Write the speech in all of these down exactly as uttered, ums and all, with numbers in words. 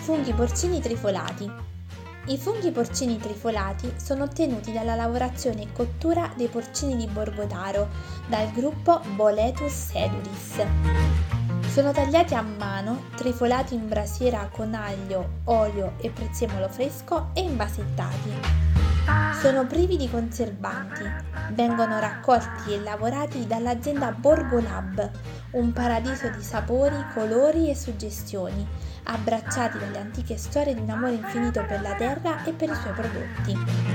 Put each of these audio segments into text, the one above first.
funghi porcini trifolati. I funghi porcini trifolati sono ottenuti dalla lavorazione e cottura dei porcini di Borgotaro dal gruppo Boletus sedulis. Sono tagliati a mano, trifolati in brasiera con aglio, olio e prezzemolo fresco e imbasettati. Sono privi di conservanti. Vengono raccolti e lavorati dall'azienda Borgolab, un paradiso di sapori, colori e suggestioni, abbracciati dalle antiche storie di un amore infinito per la terra e per i suoi prodotti.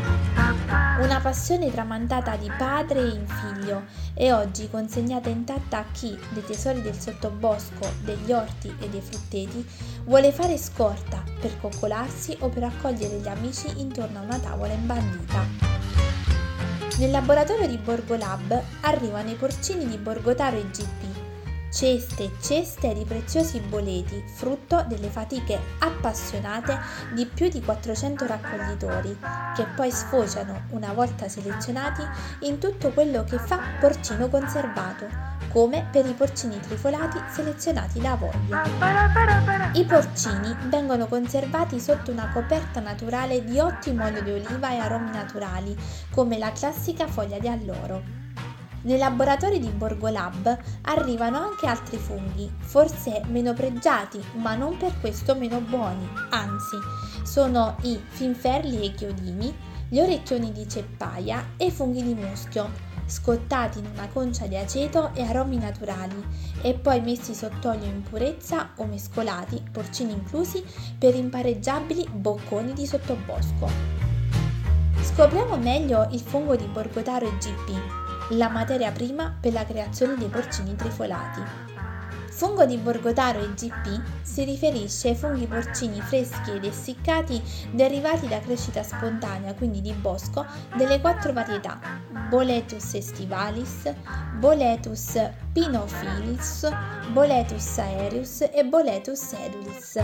Una passione tramandata di padre in figlio e oggi consegnata intatta a chi, dei tesori del sottobosco, degli orti e dei frutteti, vuole fare scorta per coccolarsi o per accogliere gli amici intorno a una tavola imbandita. Nel laboratorio di Borgolab arrivano i porcini di Borgotaro e G P, ceste e ceste di preziosi boleti, frutto delle fatiche appassionate di più di quattrocento raccoglitori, che poi sfociano, una volta selezionati, in tutto quello che fa porcino conservato, come per i porcini trifolati selezionati da Voglio. I porcini vengono conservati sotto una coperta naturale di ottimo olio di oliva e aromi naturali, come la classica foglia di alloro. Nei laboratori di Borgolab arrivano anche altri funghi, forse meno pregiati, ma non per questo meno buoni, anzi, sono i finferli e i chiodini, gli orecchioni di ceppaia e i funghi di muschio, scottati in una concia di aceto e aromi naturali e poi messi sott'olio in purezza o mescolati, porcini inclusi, per impareggiabili bocconi di sottobosco. Scopriamo meglio il fungo di Borgotaro e G P, la materia prima per la creazione dei porcini trifolati. Fungo di Borgotaro e G P si riferisce ai funghi porcini freschi ed essiccati derivati da crescita spontanea, quindi di bosco, delle quattro varietà Boletus estivalis, Boletus pinophilis, Boletus aereus e Boletus sedulis.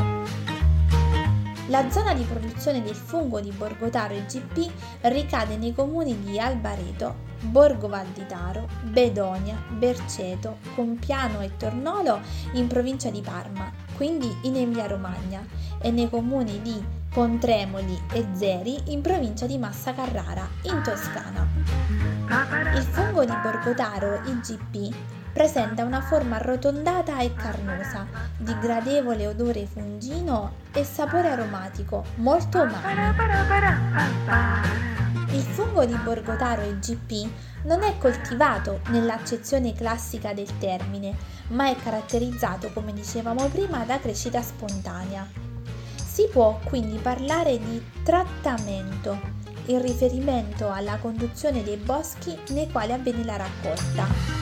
La zona di produzione del fungo di Borgotaro e G P ricade nei comuni di Albareto, Borgo Val di Taro, Bedonia, Berceto, Compiano e Tornolo in provincia di Parma, quindi in Emilia-Romagna, e nei comuni di Pontremoli e Zeri in provincia di Massa Carrara, in Toscana. Il fungo di Borgotaro I G P presenta una forma arrotondata e carnosa, di gradevole odore fungino e sapore aromatico, molto umami. Il fungo di Borgotaro I G P non è coltivato nell'accezione classica del termine, ma è caratterizzato, come dicevamo prima, da crescita spontanea. Si può quindi parlare di trattamento, in riferimento alla conduzione dei boschi nei quali avviene la raccolta.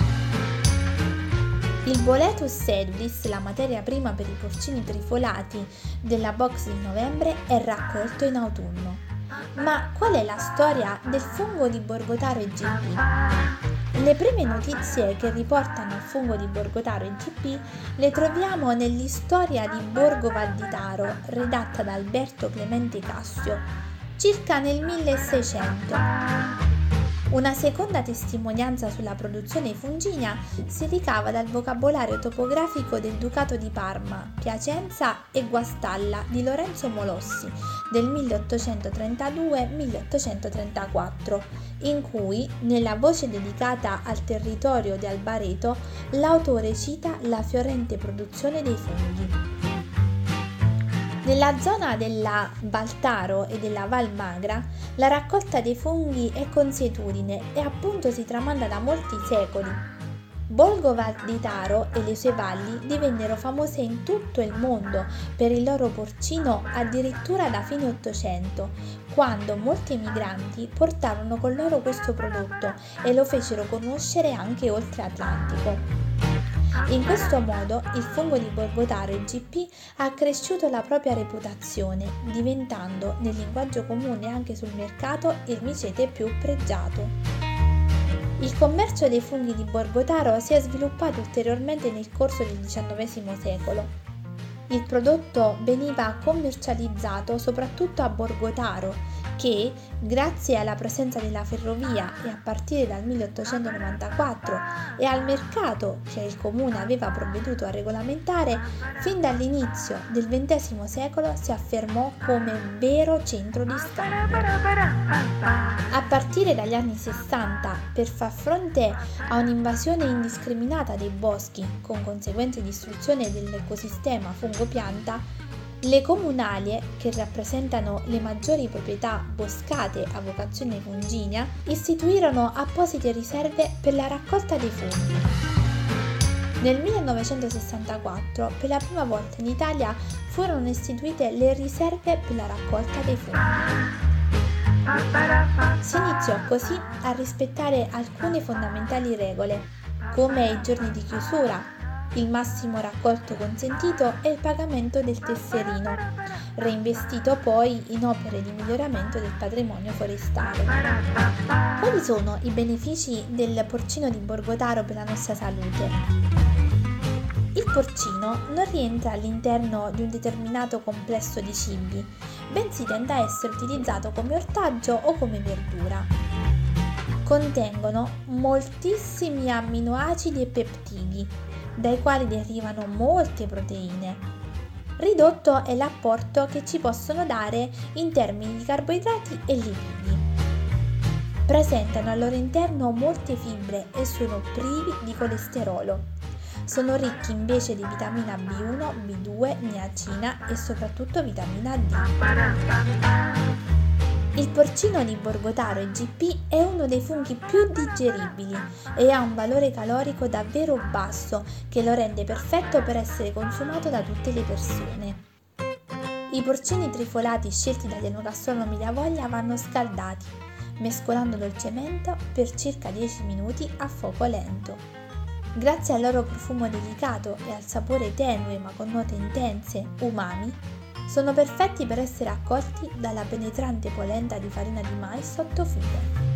Il Boletus sedulis, la materia prima per i porcini trifolati della box di novembre, è raccolto in autunno. Ma qual è la storia del fungo di Borgotaro e G P? Le prime notizie che riportano il fungo di Borgotaro e G P le troviamo nell'Historia di Borgo Val di Taro, redatta da Alberto Clemente Cassio, circa nel milleseicento. Una seconda testimonianza sulla produzione fungina si ricava dal vocabolario topografico del Ducato di Parma, Piacenza e Guastalla di Lorenzo Molossi del milleottocentotrentadue milleottocentotrentaquattro, in cui, nella voce dedicata al territorio di Albareto, l'autore cita la fiorente produzione dei funghi. Nella zona della Val Taro e della Val Magra la raccolta dei funghi è consuetudine e appunto si tramanda da molti secoli. Borgo Val di Taro e le sue valli divennero famose in tutto il mondo per il loro porcino addirittura da fine Ottocento, quando molti emigranti portarono con loro questo prodotto e lo fecero conoscere anche oltre Atlantico. In questo modo il fungo di Borgotaro I G P ha accresciuto la propria reputazione, diventando nel linguaggio comune anche sul mercato il micete più pregiato. Il commercio dei funghi di Borgotaro si è sviluppato ulteriormente nel corso del diciannovesimo secolo. Il prodotto veniva commercializzato soprattutto a Borgotaro, che, grazie alla presenza della ferrovia e a partire dal milleottocentonovantaquattro e al mercato che il comune aveva provveduto a regolamentare, fin dall'inizio del ventesimo secolo si affermò come vero centro di scambio. A partire dagli anni sessanta, per far fronte a un'invasione indiscriminata dei boschi, con conseguente distruzione dell'ecosistema fungo-pianta, le comunalie, che rappresentano le maggiori proprietà boscate a vocazione fungina, istituirono apposite riserve per la raccolta dei funghi. Nel millenovecentosessantaquattro, per la prima volta in Italia, furono istituite le riserve per la raccolta dei funghi. Si iniziò così a rispettare alcune fondamentali regole, come i giorni di chiusura, il massimo raccolto consentito e il pagamento del tesserino, reinvestito poi in opere di miglioramento del patrimonio forestale. Quali sono i benefici del porcino di Borgotaro per la nostra salute? Il porcino non rientra all'interno di un determinato complesso di cibi, bensì tende a essere utilizzato come ortaggio o come verdura. Contengono moltissimi amminoacidi e peptidi, dai quali derivano molte proteine. Ridotto è l'apporto che ci possono dare in termini di carboidrati e lipidi. Presentano al loro interno molte fibre e sono privi di colesterolo. Sono ricchi invece di vitamina B uno, B due, niacina e soprattutto vitamina D. Il porcino di Borgotaro I G P è uno dei funghi più digeribili e ha un valore calorico davvero basso che lo rende perfetto per essere consumato da tutte le persone. I porcini trifolati scelti dagli enogastronomi da voglia vanno scaldati, mescolando dolcemente per circa dieci minuti a fuoco lento. Grazie al loro profumo delicato e al sapore tenue ma con note intense, umami, sono perfetti per essere accolti dalla penetrante polenta di farina di mais sotto fuoco.